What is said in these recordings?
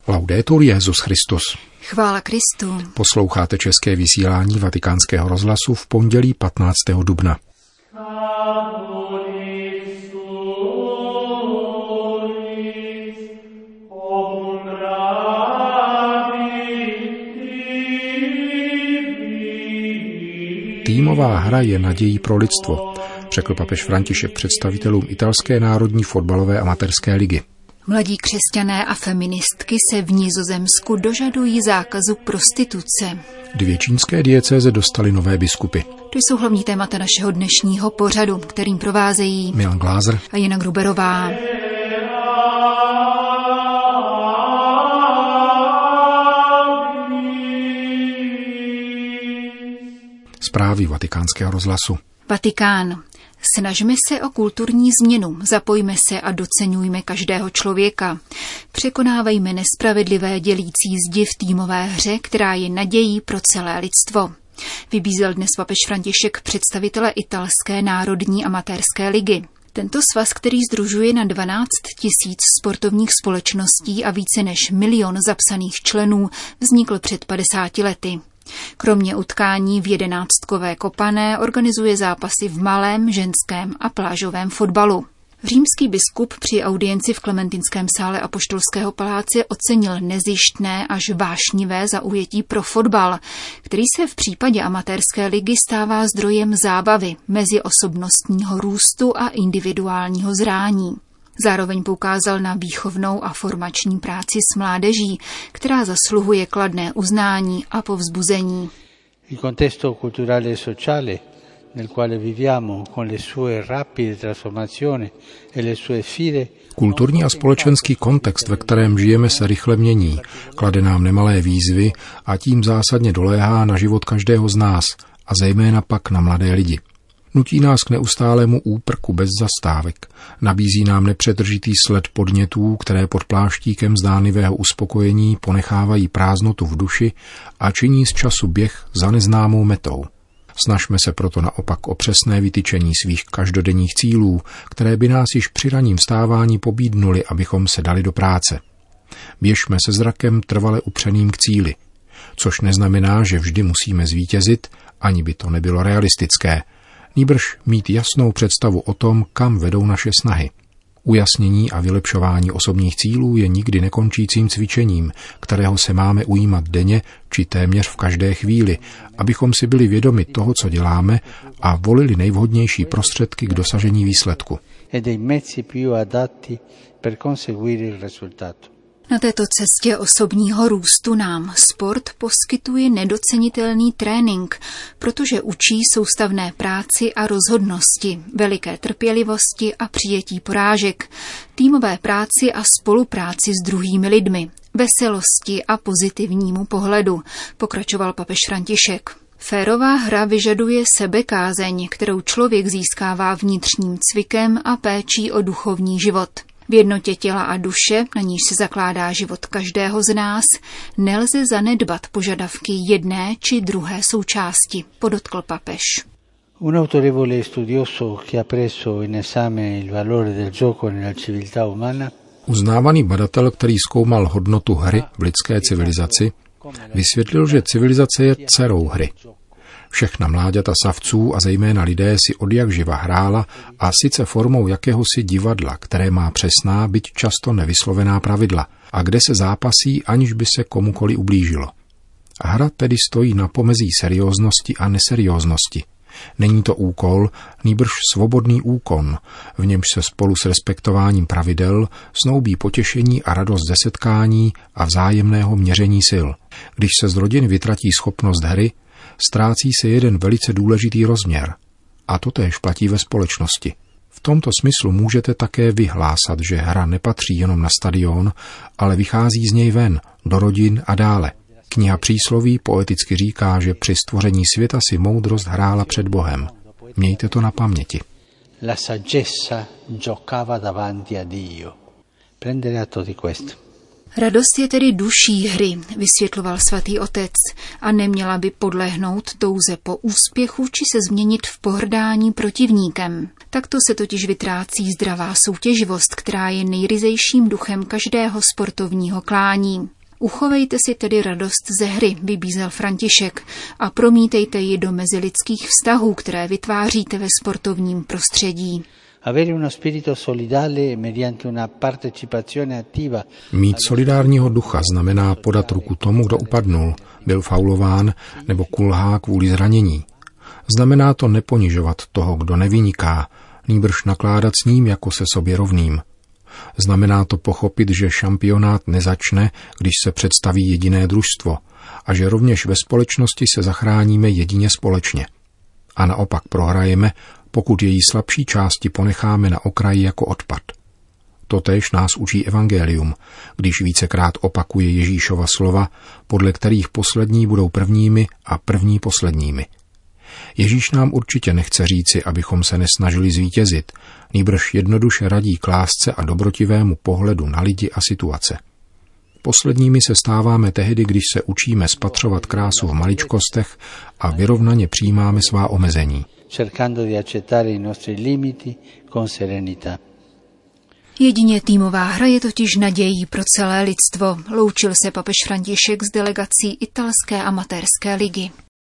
Laudetur Jesus Christus. Chvála Kristu. Posloucháte české vysílání Vatikánského rozhlasu v pondělí 15. dubna. Týmová hra je nadějí pro lidstvo, řekl papež František představitelům italské národní fotbalové amatérské ligy. Mladí křesťané a feministky se v Nizozemsku dožadují zákazu prostituce. 2 čínské diecéze dostaly nové biskupy. To jsou hlavní témata našeho dnešního pořadu, kterým provázejí Milan Glázer a Jana Gruberová. Zprávy Vatikánského rozhlasu. Vatikán. Snažme se o kulturní změnu, zapojme se a doceňujme každého člověka. Překonávejme nespravedlivé dělící zdi v týmové hře, která je nadějí pro celé lidstvo. Vybízel dnes papež František představitele italské národní amatérské ligy. Tento svaz, který sdružuje na 12 000 sportovních společností a více než 1 000 000 zapsaných členů, vznikl před 50 lety. Kromě utkání v 11kové kopané organizuje zápasy v malém, ženském a plážovém fotbalu. Římský biskup při audienci v Klementinském sále Apoštolského paláce ocenil nezištné až vášnivé zaujetí pro fotbal, který se v případě amatérské ligy stává zdrojem zábavy, meziosobnostního růstu a individuálního zrání. Zároveň poukázal na výchovnou a formační práci s mládeží, která zasluhuje kladné uznání a povzbuzení. Il contesto culturale e sociale nel quale viviamo con le sue rapide trasformazioni e le sue sfide. Kulturní a společenský kontext, ve kterém žijeme, se rychle mění, klade nám nemalé výzvy a tím zásadně doléhá na život každého z nás a zejména pak na mladé lidi. Nutí nás k neustálému úprku bez zastávek. Nabízí nám nepřetržitý sled podnětů, které pod pláštíkem zdánlivého uspokojení ponechávají prázdnotu v duši a činí z času běh za neznámou metou. Snažme se proto naopak o přesné vytyčení svých každodenních cílů, které by nás již při ranním vstávání pobídnuly, abychom se dali do práce. Běžme se zrakem trvale upřeným k cíli, což neznamená, že vždy musíme zvítězit, ani by to nebylo realistické, nýbrž mít jasnou představu o tom, kam vedou naše snahy. Ujasnění a vylepšování osobních cílů je nikdy nekončícím cvičením, kterého se máme ujímat denně či téměř v každé chvíli, abychom si byli vědomi toho, co děláme a volili nejvhodnější prostředky k dosažení výsledku. Na této cestě osobního růstu nám sport poskytuje nedocenitelný trénink, protože učí soustavné práci a rozhodnosti, veliké trpělivosti a přijetí porážek, týmové práci a spolupráci s druhými lidmi, veselosti a pozitivnímu pohledu, pokračoval papež František. Férová hra vyžaduje sebekázeň, kterou člověk získává vnitřním cvikem a péčí o duchovní život. V jednotě těla a duše, na níž se zakládá život každého z nás, nelze zanedbat požadavky jedné či druhé součásti, podotkl papež. Un autorevole studioso che ha preso in esame il valore del gioco nella civiltà umana. Uznávaný badatel, který zkoumal hodnotu hry v lidské civilizaci, vysvětlil, že civilizace je dcerou hry. Všechna mláďata savců a zejména lidé si odjakživa hrála a sice formou jakéhosi divadla, které má přesná, byť často nevyslovená pravidla a kde se zápasí, aniž by se komukoli ublížilo. Hra tedy stojí na pomezí serióznosti a neserióznosti. Není to úkol, nýbrž svobodný úkon, v němž se spolu s respektováním pravidel snoubí potěšení a radost ze setkání a vzájemného měření sil. Když se z rodiny vytratí schopnost hry, ztrácí se jeden velice důležitý rozměr. A to též platí ve společnosti. V tomto smyslu můžete také vyhlásat, že hra nepatří jenom na stadion, ale vychází z něj ven, do rodin a dále. Kniha Přísloví poeticky říká, že při stvoření světa si moudrost hrála před Bohem. Mějte to na paměti. La saggezza giocava davanti a Dio. Prendere atto di questo. Radost je tedy duší hry, vysvětloval svatý otec, a neměla by podlehnout touze po úspěchu či se změnit v pohrdání protivníkem. Takto se totiž vytrácí zdravá soutěživost, která je nejryzejším duchem každého sportovního klání. Uchovejte si tedy radost ze hry, vybízel František, a promítejte ji do mezilidských vztahů, které vytváříte ve sportovním prostředí. Mít solidárního ducha znamená podat ruku tomu, kdo upadnul, byl faulován nebo kulhá kvůli zranění. Znamená to neponižovat toho, kdo nevyniká, nýbrž nakládat s ním jako se sobě rovným. Znamená to pochopit, že šampionát nezačne, když se představí jediné družstvo a že rovněž ve společnosti se zachráníme jedině společně. A naopak prohrajeme, pokud její slabší části ponecháme na okraji jako odpad. Totéž nás učí evangelium, když vícekrát opakuje Ježíšova slova, podle kterých poslední budou prvními a první posledními. Ježíš nám určitě nechce říci, abychom se nesnažili zvítězit, nýbrž jednoduše radí k lásce a dobrotivému pohledu na lidi a situace. Posledními se stáváme tehdy, když se učíme spatřovat krásu v maličkostech a vyrovnaně přijímáme svá omezení. Jedině týmová hra je totiž nadějí pro celé lidstvo. Loučil se papež František s delegací italské amatérské ligy.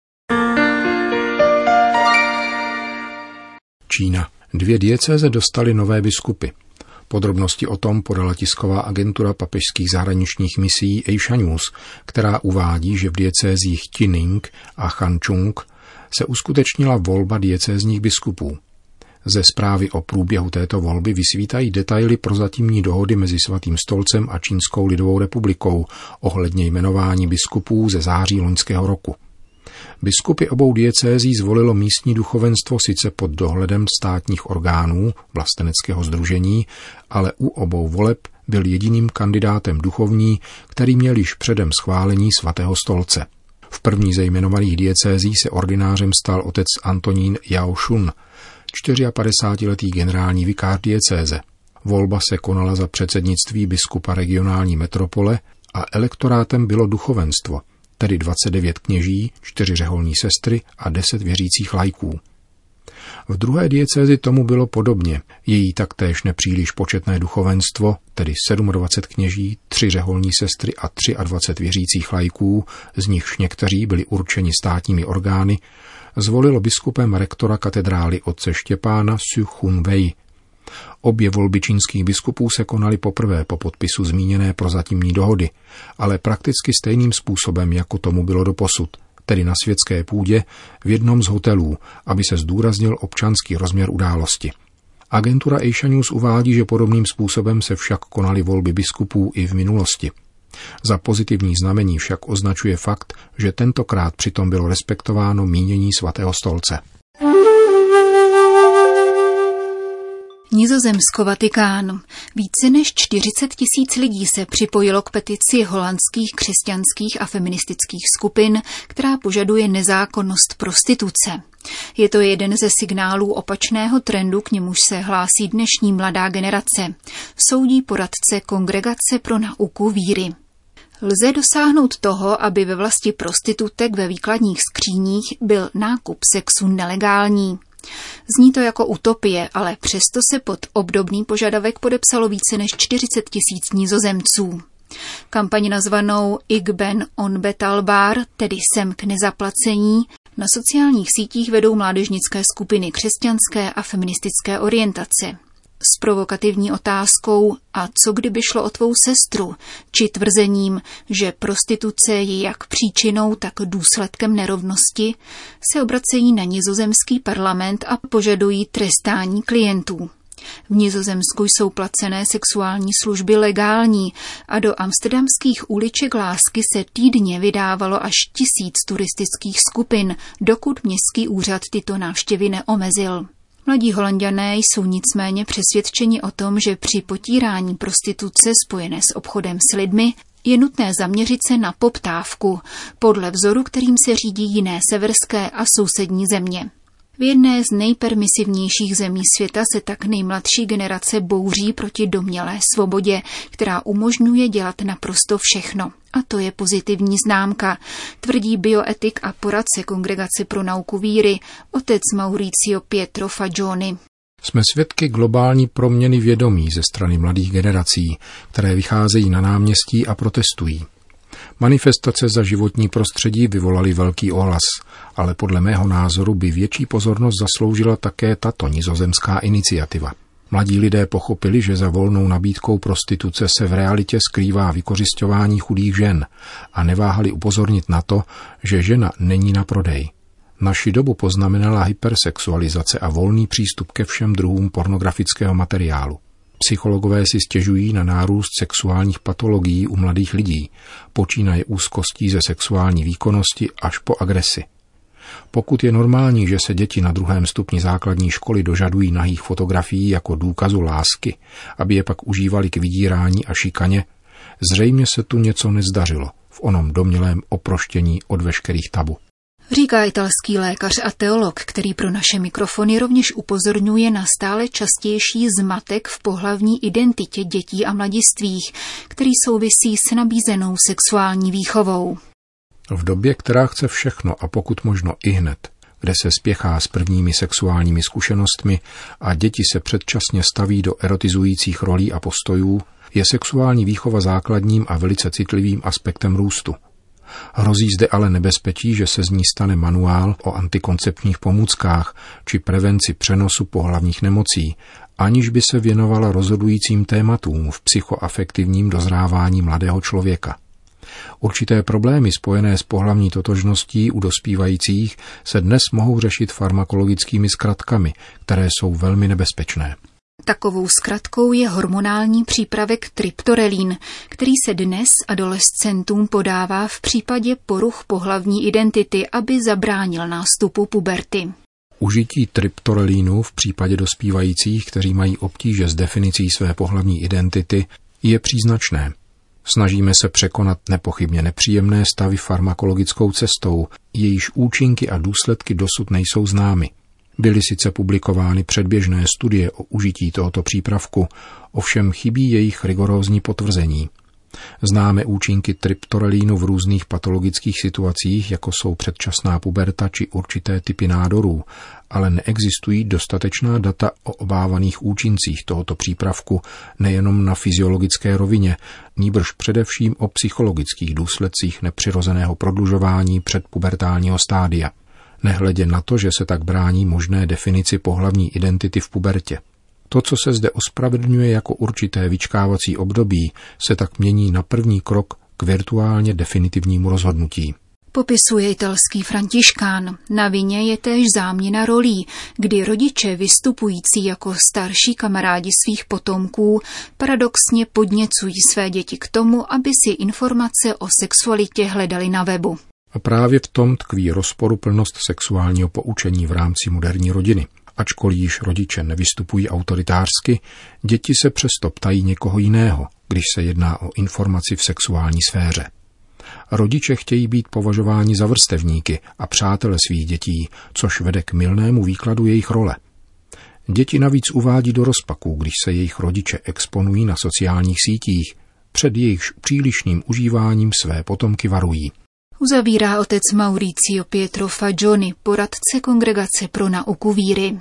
Čína. 2 diecéze dostaly nové biskupy. Podrobnosti o tom podala tisková agentura papežských zahraničních misií Asia News, která uvádí, že v diecézích Tining a Changchun se uskutečnila volba diecézních biskupů. Ze zprávy o průběhu této volby vysvítají detaily prozatímní dohody mezi Svatým stolcem a Čínskou lidovou republikou ohledně jmenování biskupů ze září loňského roku. Biskupy obou diecézí zvolilo místní duchovenstvo sice pod dohledem státních orgánů, vlasteneckého sdružení, ale u obou voleb byl jediným kandidátem duchovní, který měl již předem schválení Svatého stolce. V první ze jmenovaných diecézí se ordinářem stal otec Antonín Yao Shun, 54letý generální vikář diecéze. Volba se konala za předsednictví biskupa regionální metropole a elektorátem bylo duchovenstvo, tedy 29 kněží, 4 řeholní sestry a 10 věřících laiků. V druhé diecézi tomu bylo podobně. Její taktéž nepříliš početné duchovenstvo, tedy 27 kněží, 3 řeholní sestry a 23 věřících laiků, z nichž někteří byli určeni státními orgány, zvolilo biskupem rektora katedrály otce Štěpána Su Chun Wei. Obě volby čínských biskupů se konaly poprvé po podpisu zmíněné prozatímní dohody, ale prakticky stejným způsobem, jako tomu bylo doposud, tedy na světské půdě v jednom z hotelů, aby se zdůraznil občanský rozměr události. Agentura Asia News uvádí, že podobným způsobem se však konaly volby biskupů i v minulosti. Za pozitivní znamení však označuje fakt, že tentokrát přitom bylo respektováno mínění Svatého stolce. Nizozemsko, Vatikán. Více než 40 000 lidí se připojilo k petici holandských křesťanských a feministických skupin, která požaduje nezákonnost prostituce. Je to jeden ze signálů opačného trendu, k němuž se hlásí dnešní mladá generace, soudí poradce Kongregace pro nauku víry. Lze dosáhnout toho, aby ve vlasti prostitutek ve výkladních skříních byl nákup sexu nelegální. Zní to jako utopie, ale přesto se pod obdobný požadavek podepsalo více než 40 000 Nizozemců. Kampaň nazvanou Ik ben onbetaalbaar, tedy Jsem k nezaplacení, na sociálních sítích vedou mládežnické skupiny křesťanské a feministické orientace. S provokativní otázkou a co kdyby šlo o tvou sestru, či tvrzením, že prostituce je jak příčinou, tak důsledkem nerovnosti, se obracejí na nizozemský parlament a požadují trestání klientů. V Nizozemsku jsou placené sexuální služby legální a do amsterdamských uliček lásky se týdně vydávalo až 1000 turistických skupin, dokud městský úřad tyto návštěvy neomezil. Mladí Holanďané jsou nicméně přesvědčeni o tom, že při potírání prostituce spojené s obchodem s lidmi je nutné zaměřit se na poptávku, podle vzoru, kterým se řídí jiné severské a sousední země. V jedné z nejpermisivnějších zemí světa se tak nejmladší generace bouří proti domnělé svobodě, která umožňuje dělat naprosto všechno. A to je pozitivní známka, tvrdí bioetik a poradce Kongregace pro nauku víry, otec Mauricio Pietro Fagioni. Jsme svědky globální proměny vědomí ze strany mladých generací, které vycházejí na náměstí a protestují. Manifestace za životní prostředí vyvolaly velký ohlas, ale podle mého názoru by větší pozornost zasloužila také tato nizozemská iniciativa. Mladí lidé pochopili, že za volnou nabídkou prostituce se v realitě skrývá vykořisťování chudých žen a neváhali upozornit na to, že žena není na prodej. Naši dobu poznamenala hypersexualizace a volný přístup ke všem druhům pornografického materiálu. Psychologové si stěžují na nárůst sexuálních patologií u mladých lidí, počínaje úzkostí ze sexuální výkonnosti až po agresi. Pokud je normální, že se děti na 2. stupni základní školy dožadují nahých fotografií jako důkazu lásky, aby je pak užívali k vydírání a šikaně, zřejmě se tu něco nezdařilo v onom domnělém oproštění od veškerých tabu. Říká italský lékař a teolog, který pro naše mikrofony rovněž upozorňuje na stále častější zmatek v pohlavní identitě dětí a mladistvých, který souvisí s nabízenou sexuální výchovou. V době, která chce všechno a pokud možno i hned, kde se spěchá s prvními sexuálními zkušenostmi a děti se předčasně staví do erotizujících rolí a postojů, je sexuální výchova základním a velice citlivým aspektem růstu. Hrozí zde ale nebezpečí, že se z ní stane manuál o antikoncepčních pomůckách či prevenci přenosu pohlavních nemocí, aniž by se věnovala rozhodujícím tématům v psychoafektivním dozrávání mladého člověka. Určité problémy spojené s pohlavní totožností u dospívajících se dnes mohou řešit farmakologickými zkratkami, které jsou velmi nebezpečné. Takovou zkratkou je hormonální přípravek triptorelin, který se dnes adolescentům podává v případě poruch pohlavní identity, aby zabránil nástupu puberty. Užití triptorelínu v případě dospívajících, kteří mají obtíže s definicí své pohlavní identity, je příznačné. Snažíme se překonat nepochybně nepříjemné stavy farmakologickou cestou, jejíž účinky a důsledky dosud nejsou známy. Byly sice publikovány předběžné studie o užití tohoto přípravku, ovšem chybí jejich rigorózní potvrzení. Známe účinky triptorelínu v různých patologických situacích, jako jsou předčasná puberta či určité typy nádorů, ale neexistují dostatečná data o obávaných účincích tohoto přípravku nejenom na fyziologické rovině, nýbrž především o psychologických důsledcích nepřirozeného prodlužování předpubertálního stádia. Nehledě na to, že se tak brání možné definici pohlavní identity v pubertě. To, co se zde ospravedlňuje jako určité vyčkávací období, se tak mění na první krok k virtuálně definitivnímu rozhodnutí. Popisuje italský františkán. Na vině je též záměna rolí, kdy rodiče vystupující jako starší kamarádi svých potomků paradoxně podněcují své děti k tomu, aby si informace o sexualitě hledali na webu. A právě v tom tkví rozporuplnost sexuálního poučení v rámci moderní rodiny. Ačkoliv již rodiče nevystupují autoritářsky, děti se přesto ptají někoho jiného, když se jedná o informaci v sexuální sféře. Rodiče chtějí být považováni za vrstevníky a přátele svých dětí, což vede k mylnému výkladu jejich role. Děti navíc uvádí do rozpaků, když se jejich rodiče exponují na sociálních sítích, před jejichž přílišným užíváním své potomky varují. Uzavírá otec Maurizio Pietro Fagioni, poradce Kongregace pro nauku víry.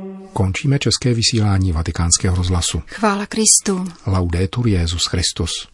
Končíme české vysílání Vatikánského rozhlasu. Chvála Kristu. Laudetur Jesus Christus.